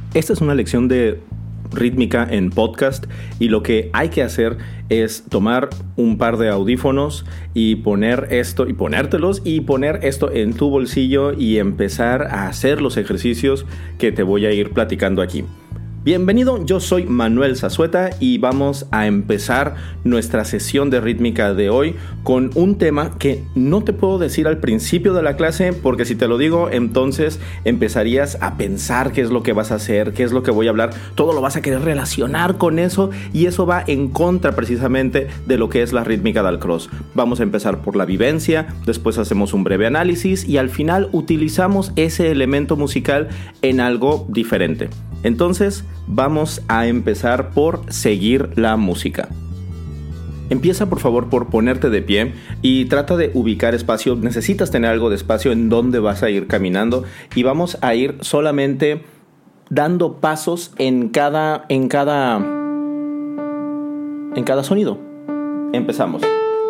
Esta es una lección de rítmica en podcast y lo que hay que hacer es tomar un par de audífonos y poner esto y ponértelos y poner esto en tu bolsillo y empezar a hacer los ejercicios que te voy a ir platicando aquí. Bienvenido, yo soy Manuel Zazueta y vamos a empezar nuestra sesión de rítmica de hoy con un tema que no te puedo decir al principio de la clase porque si te lo digo entonces empezarías a pensar qué es lo que vas a hacer, qué es lo que voy a hablar, todo lo vas a querer relacionar con eso y eso va en contra precisamente de lo que es la rítmica del cross. Vamos a empezar por la vivencia, después hacemos un breve análisis y al final utilizamos ese elemento musical en algo diferente. Entonces, vamos a empezar por seguir la música. Empieza por favor por ponerte de pie y trata de ubicar espacio. Necesitas tener algo de espacio en donde vas a ir caminando y vamos a ir solamente dando pasos en cada sonido. Empezamos.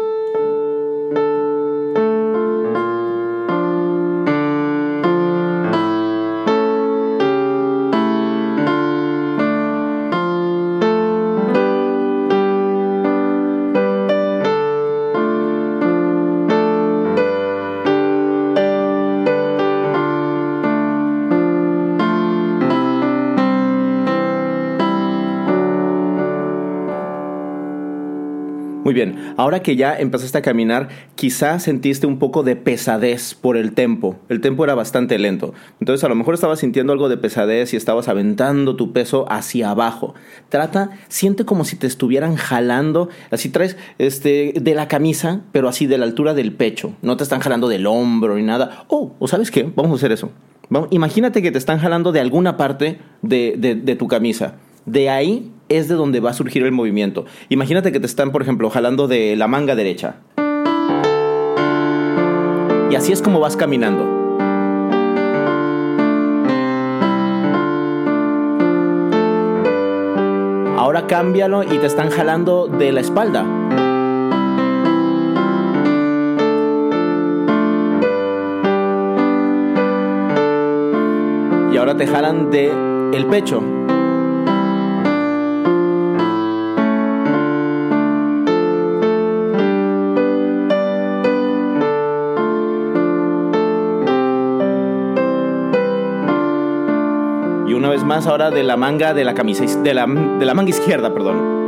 Muy bien, ahora que ya empezaste a caminar, quizás sentiste un poco de pesadez por el tempo. El tempo era bastante lento. Entonces a lo mejor estabas sintiendo algo de pesadez y estabas aventando tu peso hacia abajo. Siente como si te estuvieran jalando, así traes de la camisa, pero así de la altura del pecho. No te están jalando del hombro ni nada. ¿O sabes qué? Vamos a hacer eso. Imagínate que te están jalando de alguna parte de tu camisa. De ahí es de donde va a surgir el movimiento. Imagínate que te están, por ejemplo, jalando de la manga derecha. Y así es como vas caminando. Ahora cámbialo y te están jalando de la espalda. Y ahora te jalan de el pecho. Y una vez más ahora de la manga de la camisa, de la manga izquierda, perdón.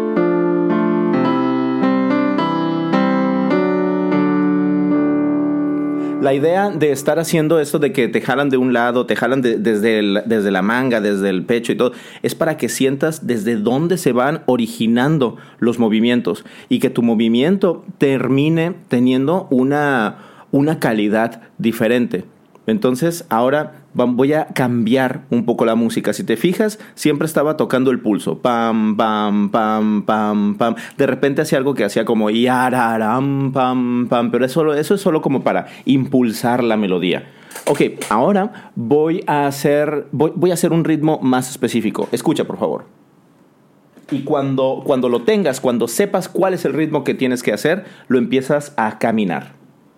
La idea de estar haciendo esto de que te jalan de un lado, te jalan desde la manga, desde el pecho y todo, es para que sientas desde dónde se van originando los movimientos y que tu movimiento termine teniendo una calidad diferente. Entonces ahora voy a cambiar un poco la música. Si te fijas, siempre estaba tocando el pulso. Pam, pam, pam, pam, pam. De repente hacía algo que hacía como yararam, pam, pam. Pero eso es solo como para impulsar la melodía. Ok, ahora voy a hacer un ritmo más específico. Escucha, por favor. Y cuando lo tengas, cuando sepas cuál es el ritmo que tienes que hacer, lo empiezas a caminar.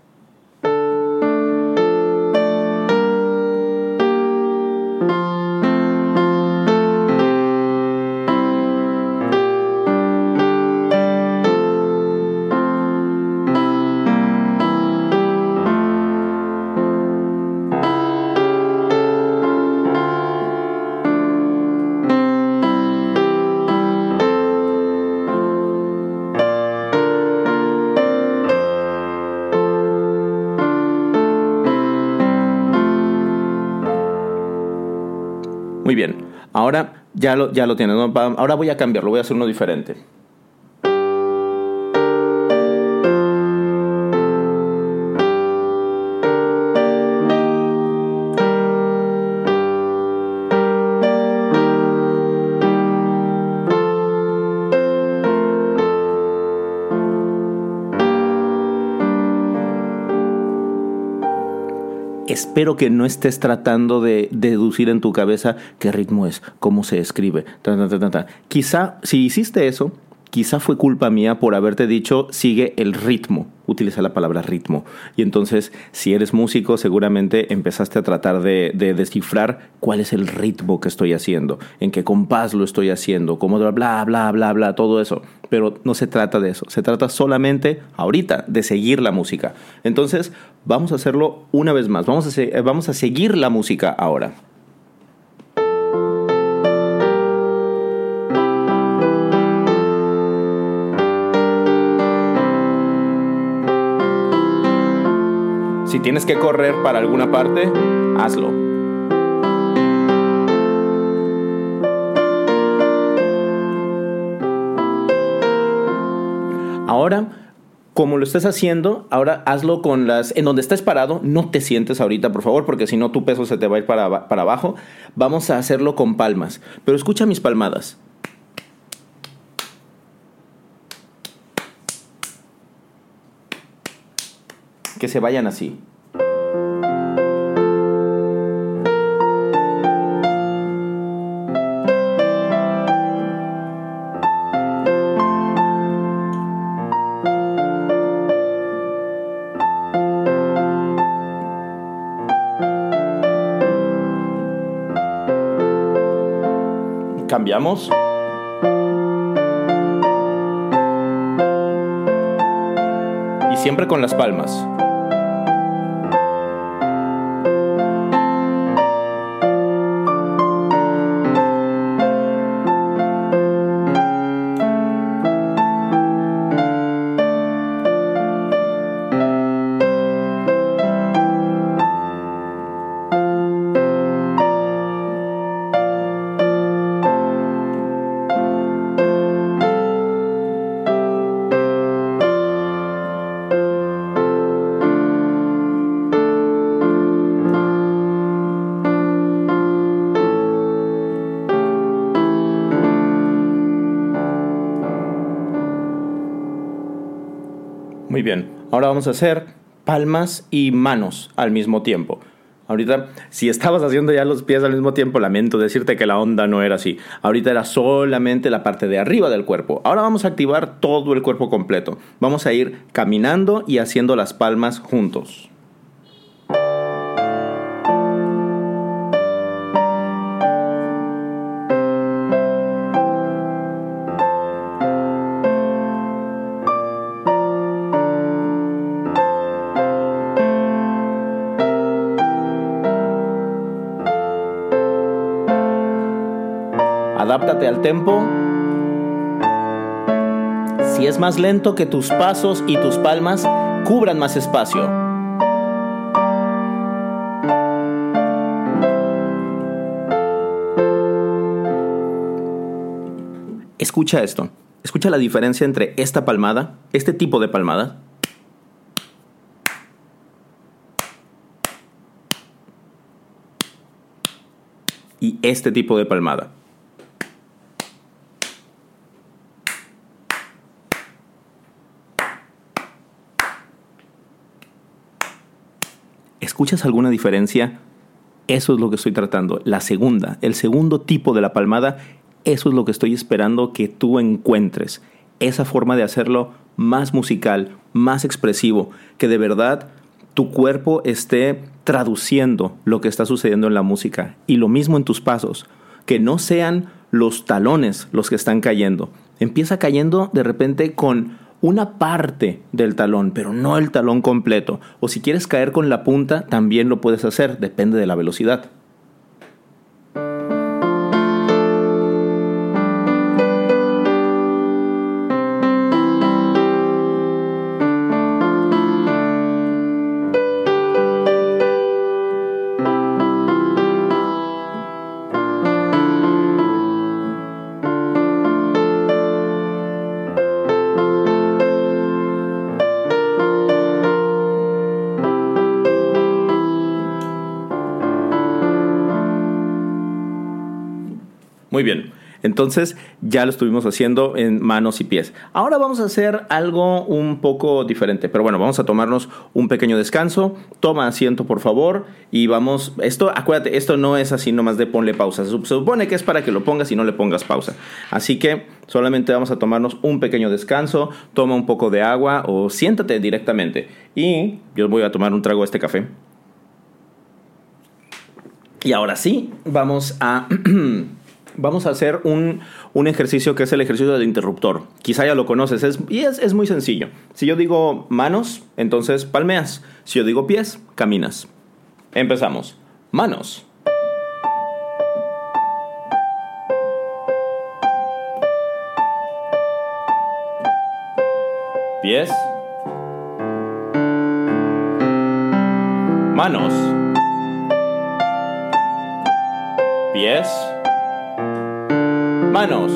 Muy bien, ahora ya lo tienes, ¿no? Ahora voy a cambiarlo, voy a hacer uno diferente. Espero que no estés tratando de deducir en tu cabeza qué ritmo es, cómo se escribe. Quizá, si hiciste eso, quizá fue culpa mía por haberte dicho sigue el ritmo. utiliza la palabra ritmo. Y entonces, si eres músico, seguramente empezaste a tratar de descifrar cuál es el ritmo que estoy haciendo, en qué compás lo estoy haciendo, cómo bla, bla, bla, bla, todo eso. Pero no se trata de eso. Se trata solamente, ahorita, de seguir la música. Entonces, vamos a hacerlo una vez más. Vamos a seguir la música ahora. Si tienes que correr para alguna parte, hazlo. Ahora, como lo estés haciendo, ahora hazlo con en donde estés parado. No te sientes ahorita, por favor, porque si no tu peso se te va a ir para abajo. Vamos a hacerlo con palmas. Pero escucha mis palmadas. Que se vayan así. Cambiamos. Y siempre con las palmas. Muy bien, ahora vamos a hacer palmas y manos al mismo tiempo. Ahorita, si estabas haciendo ya los pies al mismo tiempo, lamento decirte que la onda no era así. Ahorita era solamente la parte de arriba del cuerpo. Ahora vamos a activar todo el cuerpo completo. Vamos a ir caminando y haciendo las palmas juntos. Adáptate al tempo. Si es más lento, que tus pasos y tus palmas cubran más espacio. Escucha esto. Escucha la diferencia entre esta palmada, este tipo de palmada, y este tipo de palmada. ¿Escuchas alguna diferencia? Eso es lo que estoy tratando. La segunda, el segundo tipo de la palmada, eso es lo que estoy esperando que tú encuentres. Esa forma de hacerlo más musical, más expresivo, que de verdad tu cuerpo esté traduciendo lo que está sucediendo en la música. Y lo mismo en tus pasos, que no sean los talones los que están cayendo. Empieza cayendo de repente con una parte del talón, pero no el talón completo. O si quieres caer con la punta, también lo puedes hacer, depende de la velocidad. Muy bien. Entonces ya lo estuvimos haciendo en manos y pies. Ahora vamos a hacer algo un poco diferente. Pero bueno, vamos a tomarnos un pequeño descanso. Toma asiento, por favor. Y vamos... Acuérdate, esto no es así nomás de ponle pausa. Se supone que es para que lo pongas y no le pongas pausa. Así que solamente vamos a tomarnos un pequeño descanso. Toma un poco de agua o siéntate directamente. Y yo voy a tomar un trago de este café. Y ahora sí, vamos a hacer un ejercicio que es el ejercicio del interruptor. Quizá ya lo conoces, es muy sencillo. Si yo digo manos, entonces palmeas. Si yo digo pies, caminas. Empezamos. Manos. Pies. Manos. Pies. Manos.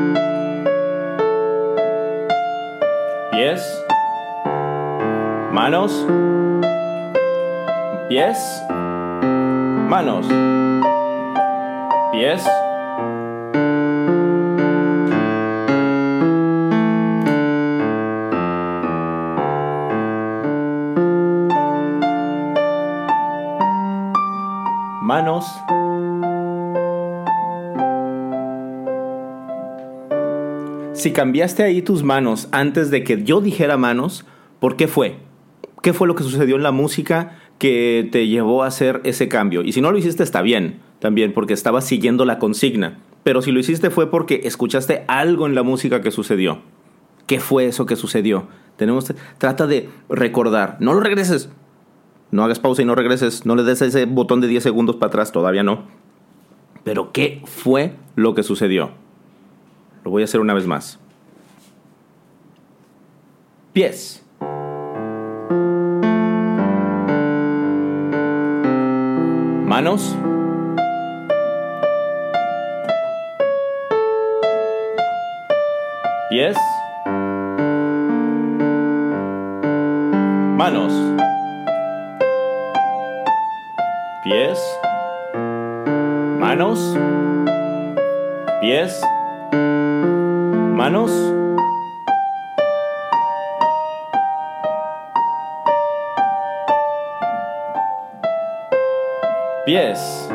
Pies. Manos. Pies. Manos. Pies. Manos. Si cambiaste ahí tus manos antes de que yo dijera manos, ¿por qué fue? ¿Qué fue lo que sucedió en la música que te llevó a hacer ese cambio? Y si no lo hiciste, está bien, también, porque estabas siguiendo la consigna. Pero si lo hiciste fue porque escuchaste algo en la música que sucedió. ¿Qué fue eso que sucedió? Trata de recordar. No lo regreses. No hagas pausa y no regreses. No le des ese botón de 10 segundos para atrás. Todavía no. Pero ¿qué fue lo que sucedió? Lo voy a hacer una vez más. Pies. Manos. Pies. Manos. Pies. Manos. Pies. Manos. Pies.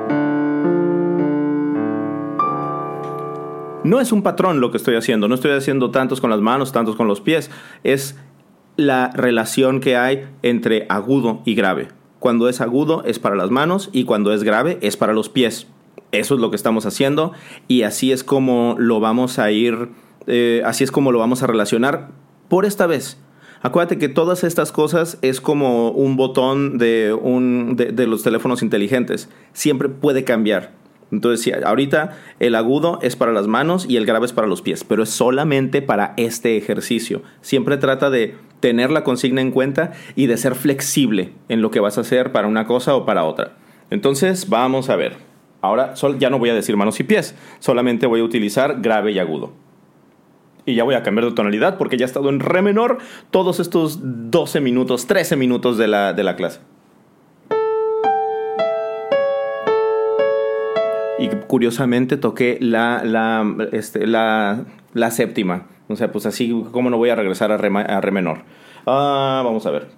No es un patrón lo que estoy haciendo. No estoy haciendo tantos con las manos, tantos con los pies. Es la relación que hay entre agudo y grave. Cuando es agudo es para las manos y cuando es grave es para los pies. Eso es lo que estamos haciendo y así es como lo vamos a ir, así es como lo vamos a relacionar por esta vez. Acuérdate que todas estas cosas es como un botón de los teléfonos inteligentes. Siempre puede cambiar. Entonces, sí, ahorita el agudo es para las manos y el grave es para los pies, pero es solamente para este ejercicio. Siempre trata de tener la consigna en cuenta y de ser flexible en lo que vas a hacer para una cosa o para otra. Entonces, vamos a ver. Ahora ya no voy a decir manos y pies, solamente voy a utilizar grave y agudo. Y ya voy a cambiar de tonalidad porque ya he estado en re menor todos estos 12 minutos, 13 minutos de la clase. Y curiosamente toqué la séptima. O sea, pues así, ¿cómo no voy a regresar a re menor? Vamos a ver.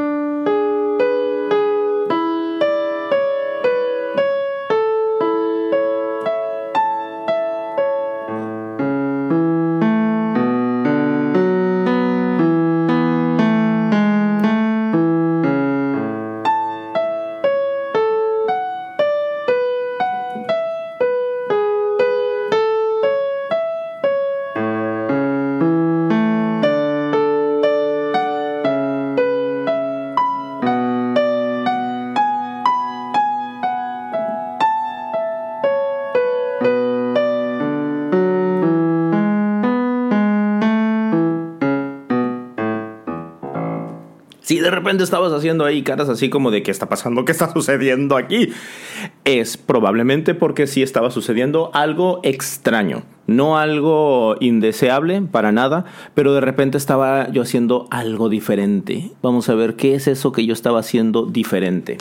Si de repente estabas haciendo ahí caras así como de ¿qué está pasando? ¿Qué está sucediendo aquí? Es probablemente porque sí estaba sucediendo algo extraño. No algo indeseable para nada, pero de repente estaba yo haciendo algo diferente. Vamos a ver qué es eso que yo estaba haciendo diferente.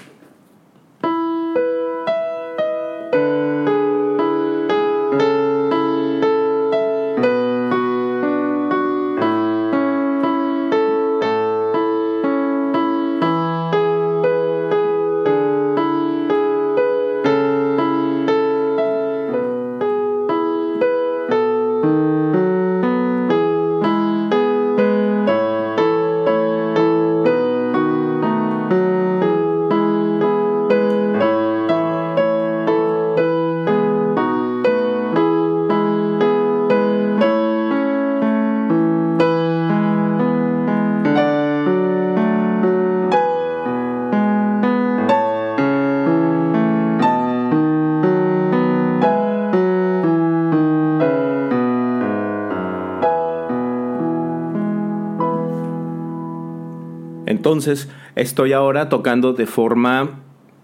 Entonces, estoy ahora tocando de forma...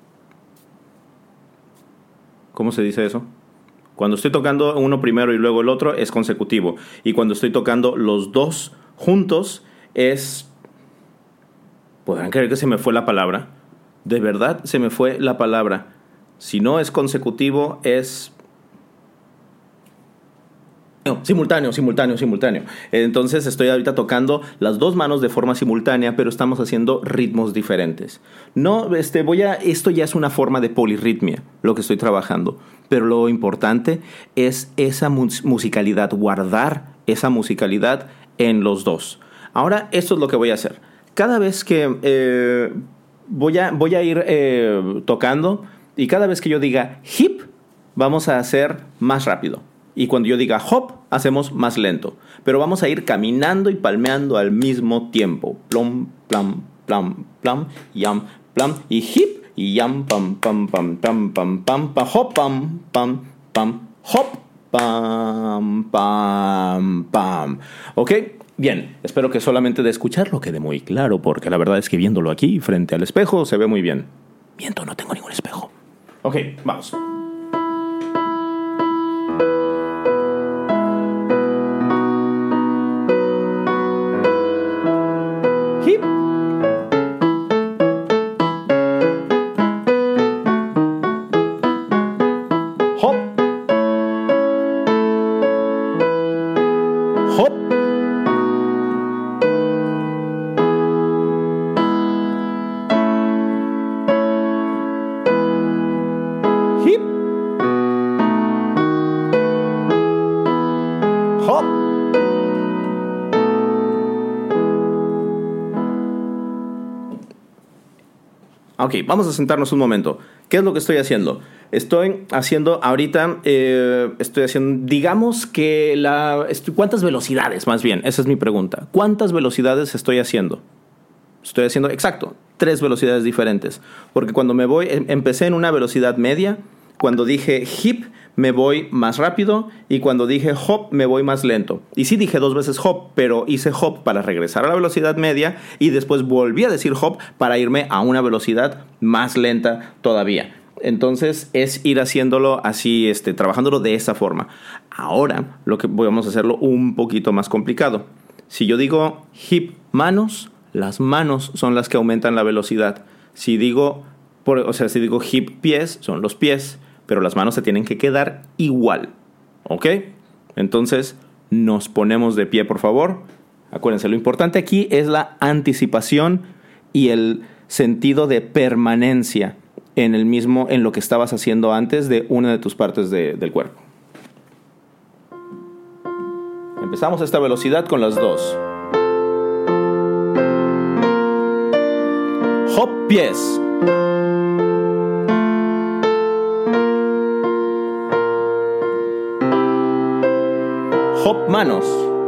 ¿Cómo se dice eso? Cuando estoy tocando uno primero y luego el otro es consecutivo. Y cuando estoy tocando los dos juntos es... ¿Podrán creer que se me fue la palabra? De verdad se me fue la palabra. Si no es consecutivo, es... Simultáneo. Entonces estoy ahorita tocando las dos manos de forma simultánea, pero estamos haciendo ritmos diferentes. No, esto ya es una forma de polirritmia, lo que estoy trabajando. Pero lo importante es esa musicalidad, guardar esa musicalidad en los dos. Ahora, esto es lo que voy a hacer. Cada vez que voy a ir tocando, y cada vez que yo diga hip, vamos a hacer más rápido. Y cuando yo diga hop, hacemos más lento. Pero vamos a ir caminando y palmeando al mismo tiempo. Plom, plam, plam, plam, yam, plam. Y hip, y yam, pam, pam, pam, pam, pam, pam, pa, hop, pam, pam, pam, hop, pam, pam, pam. ¿Ok? Bien, espero que solamente de escucharlo quede muy claro, porque la verdad es que viéndolo aquí, frente al espejo, se ve muy bien. Miento, no tengo ningún espejo. Ok, vamos. Hip. Hop. Hop. Hip. Hop. Ok, vamos a sentarnos un momento. ¿Qué es lo que estoy haciendo? Estoy haciendo ahorita, digamos que ¿cuántas velocidades más bien? Esa es mi pregunta. ¿Cuántas velocidades estoy haciendo? Estoy haciendo, exacto, 3 velocidades diferentes. Porque cuando empecé en una velocidad media, cuando dije hip, me voy más rápido, y cuando dije hop, me voy más lento. Y sí dije 2 veces hop, pero hice hop para regresar a la velocidad media, y después volví a decir hop para irme a una velocidad más lenta todavía. Entonces es ir haciéndolo así, trabajándolo de esa forma. Ahora vamos a hacerlo un poquito más complicado. Si yo digo hip manos, las manos son las que aumentan la velocidad. Si digo hip pies, son los pies, pero las manos se tienen que quedar igual. ¿Ok? Entonces, nos ponemos de pie, por favor. Acuérdense, lo importante aquí es la anticipación y el sentido de permanencia en lo que estabas haciendo antes de una de tus partes del cuerpo. Empezamos esta velocidad con las dos. Hop pies. Hop manos.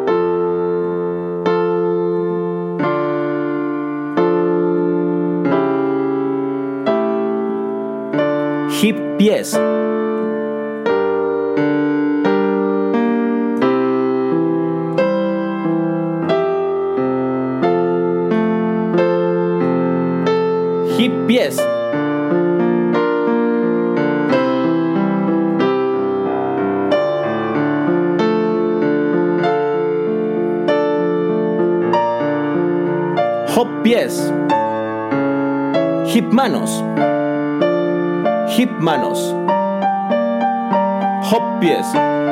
Hip pies. Hip pies. Hop pies. Hip manos. Hip manos. Hop pies.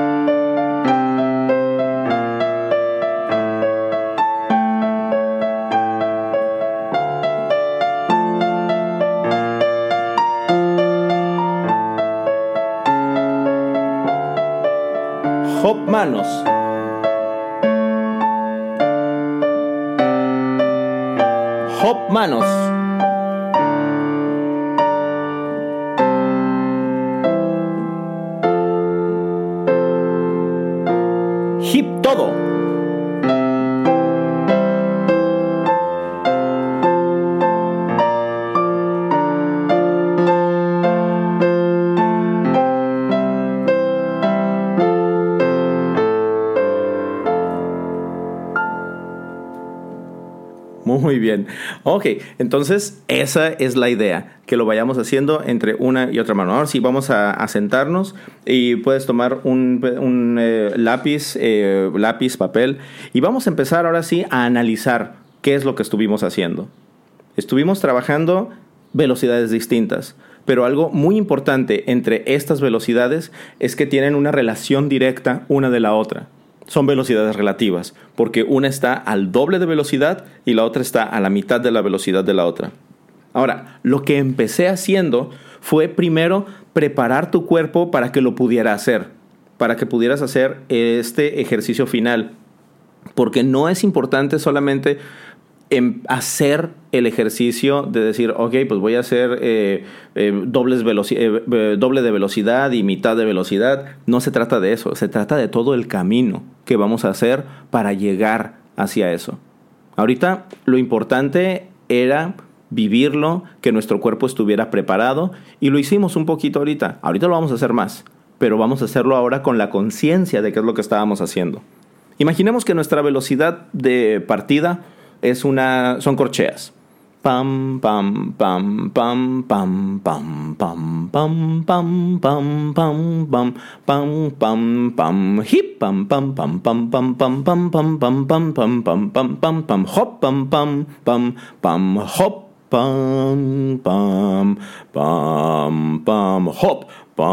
Hop manos. Hop manos. Hip todo. Muy bien. Ok, entonces esa es la idea, que lo vayamos haciendo entre una y otra mano. Ahora sí, vamos a sentarnos y puedes tomar un lápiz, papel, y vamos a empezar ahora sí a analizar qué es lo que estuvimos haciendo. Estuvimos trabajando velocidades distintas, pero algo muy importante entre estas velocidades es que tienen una relación directa una de la otra. Son velocidades relativas, porque una está al doble de velocidad y la otra está a la mitad de la velocidad de la otra. Ahora, lo que empecé haciendo fue primero preparar tu cuerpo para que lo pudiera hacer, para que pudieras hacer este ejercicio final, porque no es importante solamente hacer el ejercicio de decir, ok, pues voy a hacer doble de velocidad y mitad de velocidad. No se trata de eso, se trata de todo el camino que vamos a hacer para llegar hacia eso. Ahorita lo importante era vivirlo, que nuestro cuerpo estuviera preparado, y lo hicimos un poquito ahorita. Ahorita lo vamos a hacer más, pero vamos a hacerlo ahora con la conciencia de qué es lo que estábamos haciendo. Imaginemos que nuestra velocidad de partida son corcheas. Pam, pam, pam, pam, pam, pam, pam, pam, pam, pam, pam, pam, pam, pam, pam, hip, pam, pam, pam, pam, pam, pam, pam, pam, pam, pam, pam, pam, pam, pam, pam, hop, pam, pam, pam, pam, hop, pam, pam, pam, pam, hop,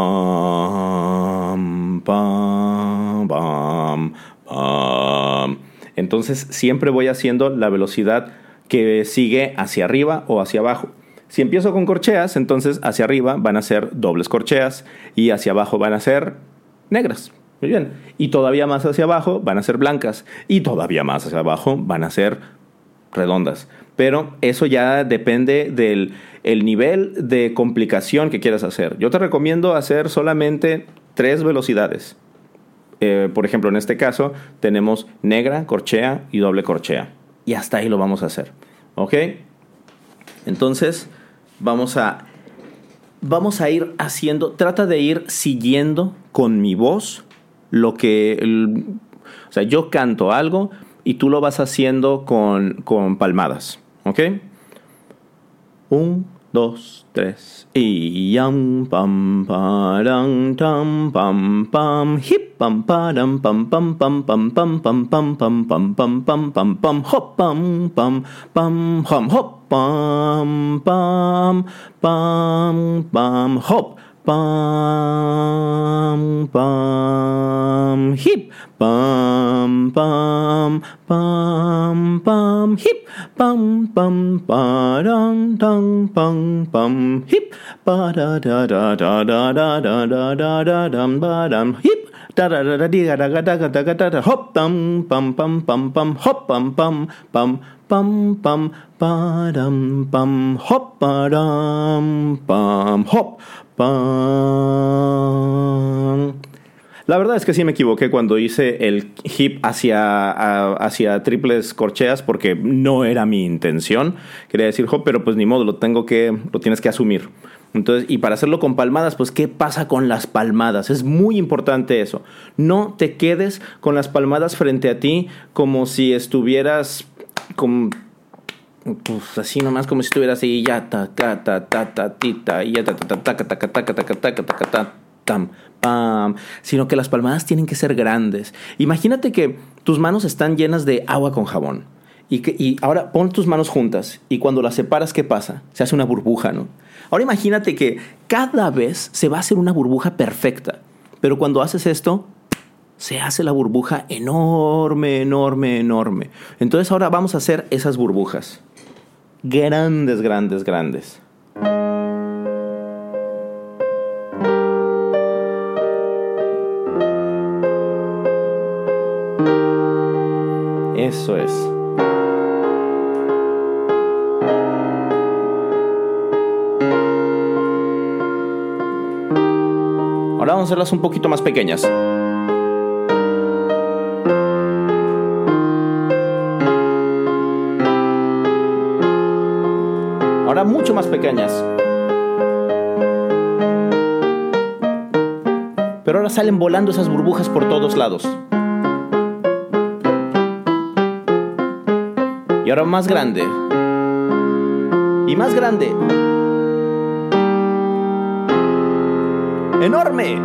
pam, pam, pam, pam. Entonces siempre voy haciendo la velocidad que sigue hacia arriba o hacia abajo. Si empiezo con corcheas, entonces hacia arriba van a ser dobles corcheas y hacia abajo van a ser negras. Muy bien. Y todavía más hacia abajo van a ser blancas y todavía más hacia abajo van a ser redondas. Pero eso ya depende del nivel de complicación que quieras hacer. Yo te recomiendo hacer solamente 3 velocidades. Por ejemplo, en este caso tenemos negra, corchea y doble corchea. Y hasta ahí lo vamos a hacer. ¿Ok? Entonces vamos a ir haciendo, trata de ir siguiendo con mi voz o sea, yo canto algo y tú lo vas haciendo con palmadas. ¿Ok? 1, 2, 3. Y yam pam param tam pam pam hip pam param pam pam pam pam pam pam pam pam pam pam pam pam pam hop pam pam pam hum hop pam pam pam pam hop pam pam hip pam pam pam pam hip pam pam param tam pam pam hip pa da da da da da da da da da da dam badam hip da da da da da da da da da da hop tam pam pam pam pam hop pam pam pam pam pam padam pam hop padam pam hop pam. La verdad es que sí me equivoqué cuando hice el hip hacia triples corcheas porque no era mi intención. Quería decir hop, pero pues ni modo, lo tienes que asumir. Entonces, y para hacerlo con palmadas, pues ¿qué pasa con las palmadas? Es muy importante eso. No te quedes con las palmadas frente a ti como si estuvieras pues así nomás, como si estuvieras ahí ya ta ta ta ta ta tita ya ta ta ta ta ta ta ta ta ta ta ta tam pam, sino que las palmadas tienen que ser grandes. Imagínate que tus manos están llenas de agua con jabón y ahora pon tus manos juntas y cuando las separas, ¿qué pasa? Se hace una burbuja, ¿no? Ahora imagínate que cada vez se va a hacer una burbuja perfecta, pero cuando haces esto se hace la burbuja enorme, enorme, enorme. Entonces ahora vamos a hacer esas burbujas grandes, grandes, grandes. Eso es. Ahora vamos a hacerlas un poquito más pequeñas. Ahora mucho más pequeñas. Pero ahora salen volando esas burbujas por todos lados. Y Y ahora más grande. Y más grande. ¡Enorme!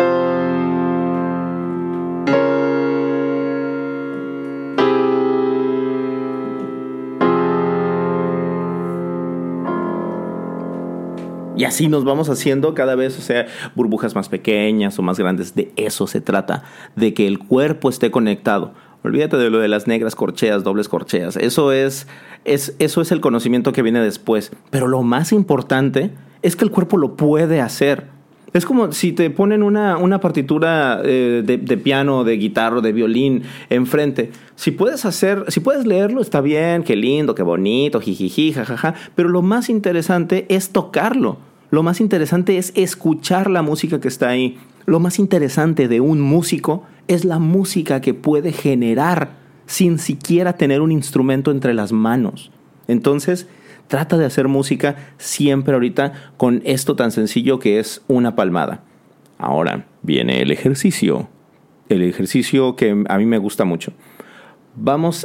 Y así nos vamos haciendo cada vez, o sea, burbujas más pequeñas o más grandes. De eso se trata, de que el cuerpo esté conectado. Olvídate de lo de las negras corcheas, dobles corcheas. Eso es el conocimiento que viene después. Pero lo más importante es que el cuerpo lo puede hacer. Es como si te ponen una partitura de piano, de guitarra, de violín enfrente. Si puedes leerlo, está bien, qué lindo, qué bonito, jijiji, jajaja. Pero lo más interesante es tocarlo. Lo más interesante es escuchar la música que está ahí. Lo más interesante de un músico es la música que puede generar sin siquiera tener un instrumento entre las manos. Entonces, trata de hacer música siempre ahorita con esto tan sencillo que es una palmada. Ahora viene el ejercicio. El ejercicio que a mí me gusta mucho. Vamos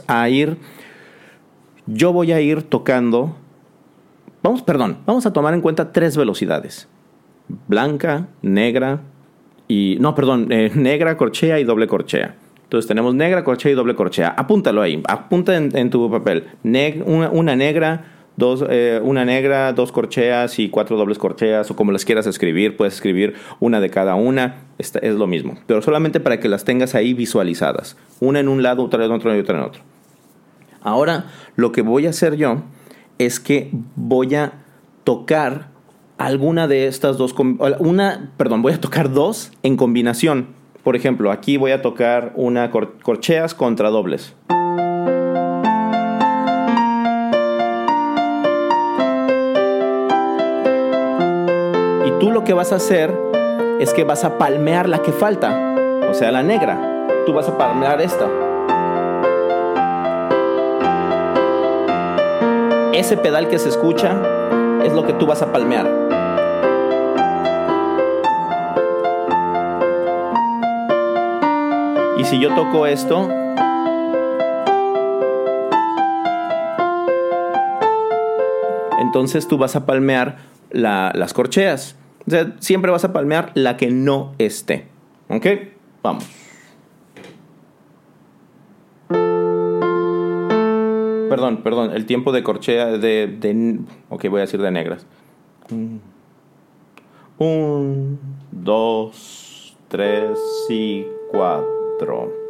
a ir tocando. Vamos a tomar en cuenta 3 velocidades. Blanca, negra negra, corchea y doble corchea. Entonces tenemos negra, corchea y doble corchea. Apúntalo ahí, apunta en tu papel. Una negra, dos corcheas y 4 dobles corcheas, o como las quieras escribir. Puedes escribir una de cada una, es lo mismo. Pero solamente para que las tengas ahí visualizadas. Una en un lado, otra en otro y otra en otro. Ahora, lo que voy a hacer yo es que voy a tocar alguna de estas dos. Voy a tocar 2 en combinación. Por ejemplo, aquí voy a tocar una corcheas contra dobles. Y tú lo que vas a hacer es que vas a palmear la que falta, o sea, la negra. Tú vas a palmear esta. Ese pedal que se escucha es lo que tú vas a palmear. Y si yo toco esto, entonces tú vas a palmear las corcheas. O sea, siempre vas a palmear la que no esté. ¿Ok? Vamos. Perdón, el tiempo de corchea ok, voy a decir de negras. 1, 2, 3 y 4.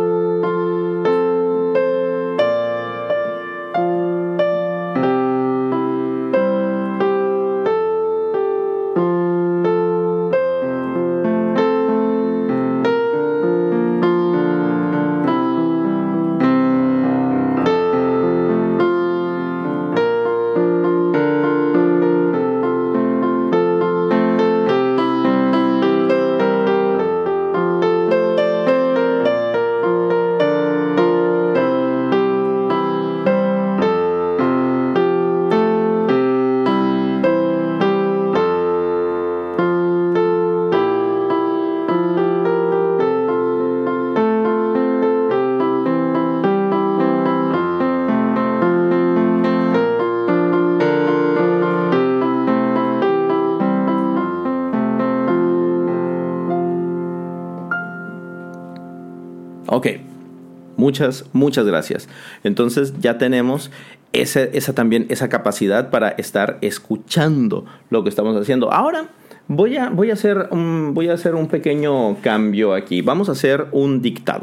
Ok, muchas gracias. Entonces ya tenemos esa capacidad para estar escuchando lo que estamos haciendo. Ahora voy a hacer un pequeño cambio aquí. Vamos a hacer un dictado.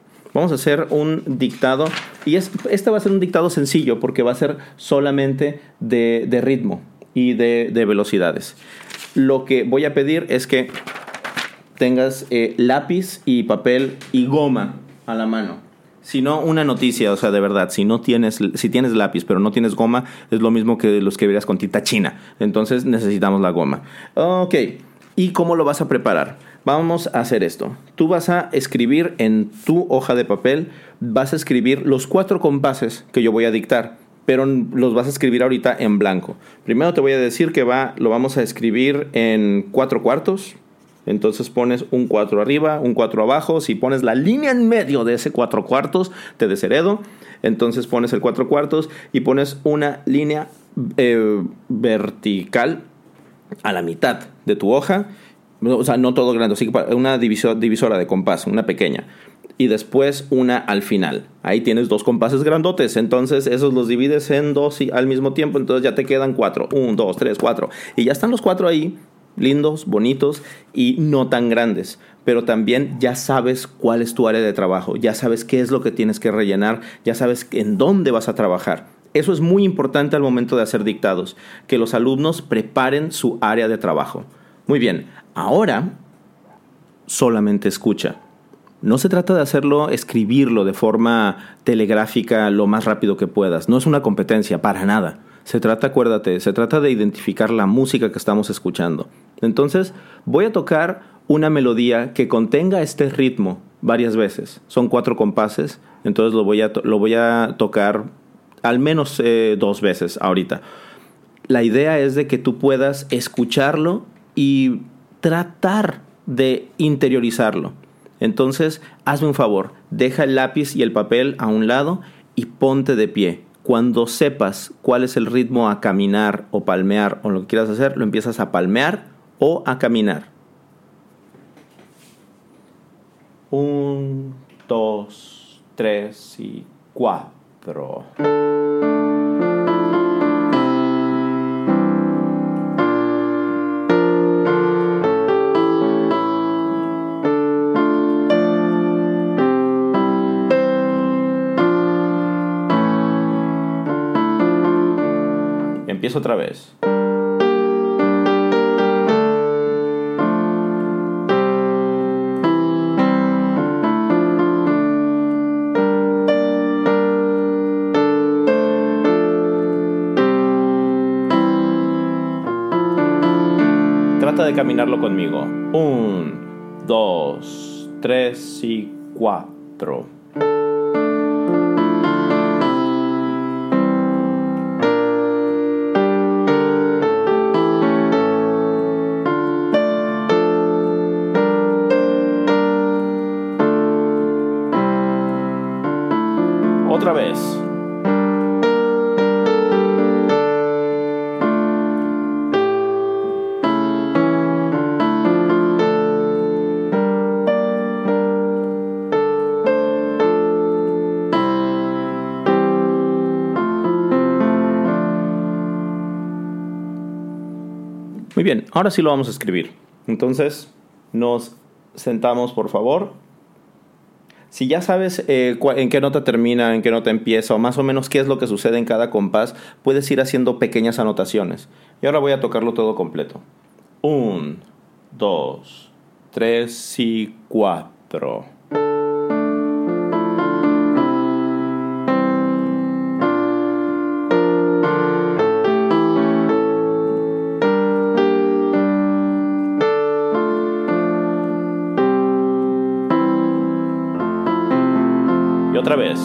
Y este va a ser un dictado sencillo porque va a ser solamente de ritmo y de velocidades. Lo que voy a pedir es que tengas lápiz y papel y goma a la mano. Si no, una noticia, o sea, de verdad, si tienes lápiz pero no tienes goma, es lo mismo que lo escribirías con tinta china. Entonces necesitamos la goma. Ok, ¿y cómo lo vas a preparar? Vamos a hacer esto. Tú vas a escribir en tu hoja de papel, vas a escribir los 4 compases que yo voy a dictar, pero los vas a escribir ahorita en blanco. Primero te voy a decir que lo vamos a escribir en 4/4, Entonces pones un 4 arriba, un 4 abajo. Si pones la línea en medio de ese 4 cuartos, te desheredo. Entonces pones el 4 cuartos y pones una línea vertical a la mitad de tu hoja. O sea, no todo grande, así que una divisora de compás, una pequeña. Y después una al final. Ahí tienes 2 compases grandotes. Entonces esos los divides en 2 al mismo tiempo. Entonces ya te quedan 4. 1, 2, 3, 4. Y ya están los 4 ahí. Lindos, bonitos y no tan grandes. Pero también ya sabes cuál es tu área de trabajo. Ya sabes qué es lo que tienes que rellenar. Ya sabes en dónde vas a trabajar. Eso es muy importante al momento de hacer dictados. Que los alumnos preparen su área de trabajo. Muy bien. Ahora solamente escucha. No se trata de hacerlo, escribirlo de forma telegráfica lo más rápido que puedas. No es una competencia, para nada. Se trata de identificar la música que estamos escuchando. Entonces, voy a tocar una melodía que contenga este ritmo varias veces. Son 4 compases, entonces lo voy a tocar al menos 2 veces ahorita. La idea es de que tú puedas escucharlo y tratar de interiorizarlo. Entonces, hazme un favor, deja el lápiz y el papel a un lado y ponte de pie. Cuando sepas cuál es el ritmo a caminar o palmear o lo que quieras hacer, lo empiezas a palmear o a caminar. 1, 2, 3 y 4. Empiezo otra vez. Trata de caminarlo conmigo. 1, 2, 3 y 4. Otra vez. Muy bien, ahora sí lo vamos a escribir. Entonces, nos sentamos, por favor. Si ya sabes en qué nota termina, en qué nota empieza, o más o menos qué es lo que sucede en cada compás, puedes ir haciendo pequeñas anotaciones. Y ahora voy a tocarlo todo completo. 1, 2, 3 y 4. Y otra vez.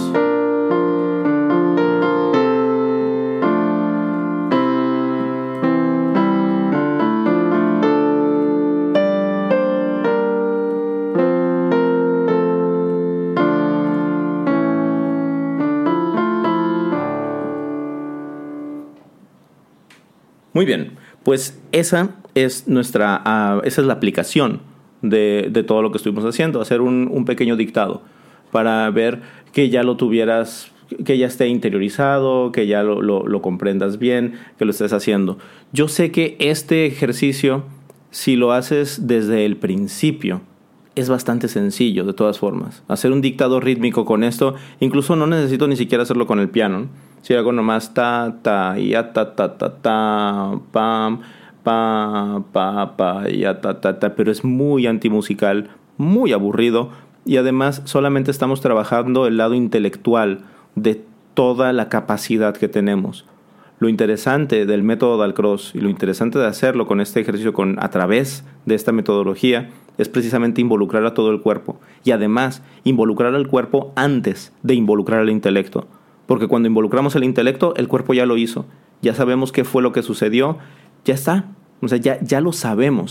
Muy bien, pues esa es esa es la aplicación de todo lo que estuvimos haciendo, hacer un pequeño dictado para ver que ya lo tuvieras, que ya esté interiorizado, que ya lo comprendas bien, que lo estés haciendo. Yo sé que este ejercicio, si lo haces desde el principio, es bastante sencillo de todas formas. Hacer un dictado rítmico con esto, incluso no necesito ni siquiera hacerlo con el piano, ¿no? Si hago nomás ta, ta, ya, ta, pam, pa, pa, pa, ya, ta, pero es muy antimusical, muy aburrido, y además solamente estamos trabajando el lado intelectual de toda la capacidad que tenemos. Lo interesante del método Dalcroze y lo interesante de hacerlo con este ejercicio a través de esta metodología es precisamente involucrar a todo el cuerpo, y además involucrar al cuerpo antes de involucrar al intelecto. Porque cuando involucramos el intelecto, el cuerpo ya lo hizo. Ya sabemos qué fue lo que sucedió. Ya está. O sea, ya lo sabemos.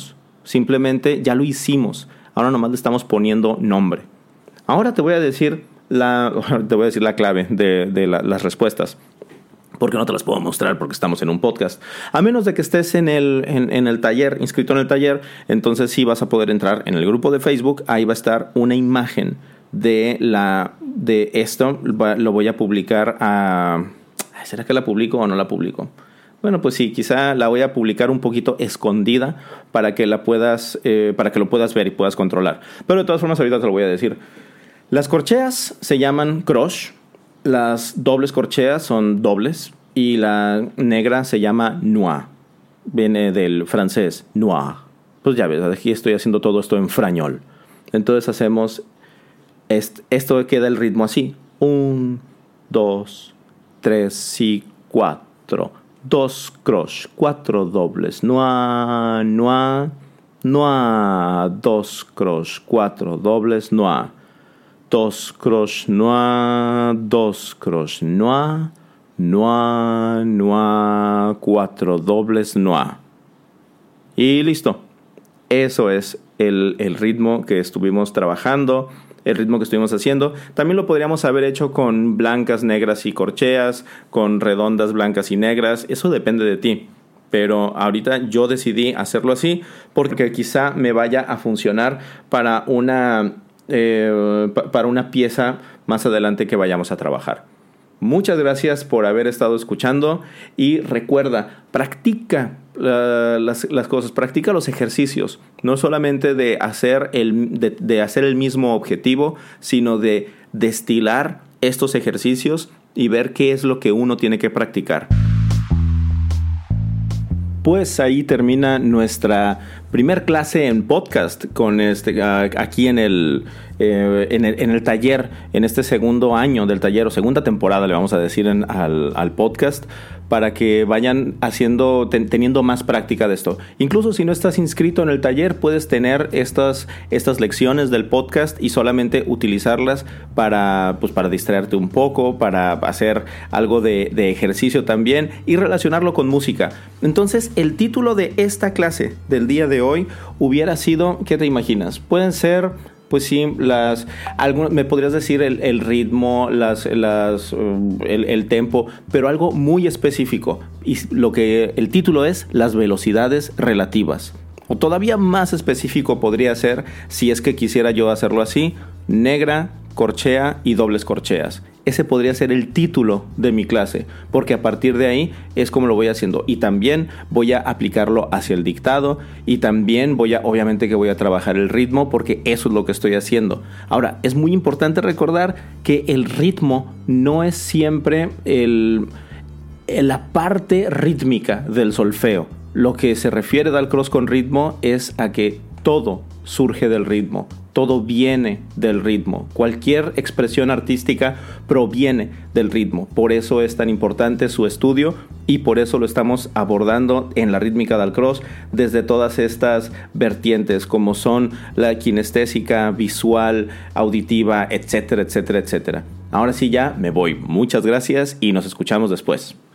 simplemente ya lo hicimos. Ahora nomás le estamos poniendo nombre. Ahora te voy a decir la clave de las respuestas, porque no te las puedo mostrar porque estamos en un podcast. A menos de que estés en el taller, inscrito en el taller, entonces sí vas a poder entrar en el grupo de Facebook. Ahí va a estar una imagen de esto. Lo voy a publicar a... ¿Será que la publico o no la publico? Bueno, pues sí, quizá la voy a publicar un poquito escondida para que lo puedas ver y puedas controlar. Pero de todas formas ahorita te lo voy a decir. Las corcheas se llaman croche, las dobles corcheas son dobles y la negra se llama noir. Viene del francés noir. Pues ya ves, aquí estoy haciendo todo esto en frañol. Entonces hacemos esto, queda el ritmo así. 1, 2, 3 y 4. 2 croche, 4 dobles, noir, noir, noir. 2 croche, 4 dobles, noir. 2 croche, noir, 2 croche, noir, noir, noir, 4 dobles, noir. Y listo. Eso es el ritmo que estuvimos trabajando, el ritmo que estuvimos haciendo. También lo podríamos haber hecho con blancas, negras y corcheas, con redondas, blancas y negras. Eso depende de ti. Pero ahorita yo decidí hacerlo así porque quizá me vaya a funcionar para una pieza más adelante que vayamos a trabajar. Muchas gracias por haber estado escuchando y recuerda, practica las cosas, practica los ejercicios, no solamente de hacer el mismo objetivo, sino de destilar estos ejercicios y ver qué es lo que uno tiene que practicar. Pues ahí termina nuestra primer clase en podcast con aquí en el taller, en este segundo año del taller o segunda temporada le vamos a decir al podcast, para que vayan teniendo más práctica de esto. Incluso si no estás inscrito en el taller, puedes tener estas lecciones del podcast y solamente utilizarlas para distraerte un poco, para hacer algo de ejercicio también y relacionarlo con música. Entonces, el título de esta clase del día de hoy hubiera sido, ¿qué te imaginas? Pueden ser... Pues sí, me podrías decir el ritmo, el tempo, pero algo muy específico. Y el título es las velocidades relativas. O todavía más específico podría ser, si es que quisiera yo hacerlo así, negra, corchea y dobles corcheas. Ese podría ser el título de mi clase, porque a partir de ahí es como lo voy haciendo. Y también voy a aplicarlo hacia el dictado y también obviamente que voy a trabajar el ritmo, porque eso es lo que estoy haciendo. Ahora, es muy importante recordar que el ritmo no es siempre la parte rítmica del solfeo. Lo que se refiere Dalcroze con ritmo es a que todo surge del ritmo, todo viene del ritmo. Cualquier expresión artística proviene del ritmo. Por eso es tan importante su estudio y por eso lo estamos abordando en la rítmica Dalcroze desde todas estas vertientes, como son la kinestésica, visual, auditiva, etcétera, etcétera, etcétera. Ahora sí ya me voy. Muchas gracias y nos escuchamos después.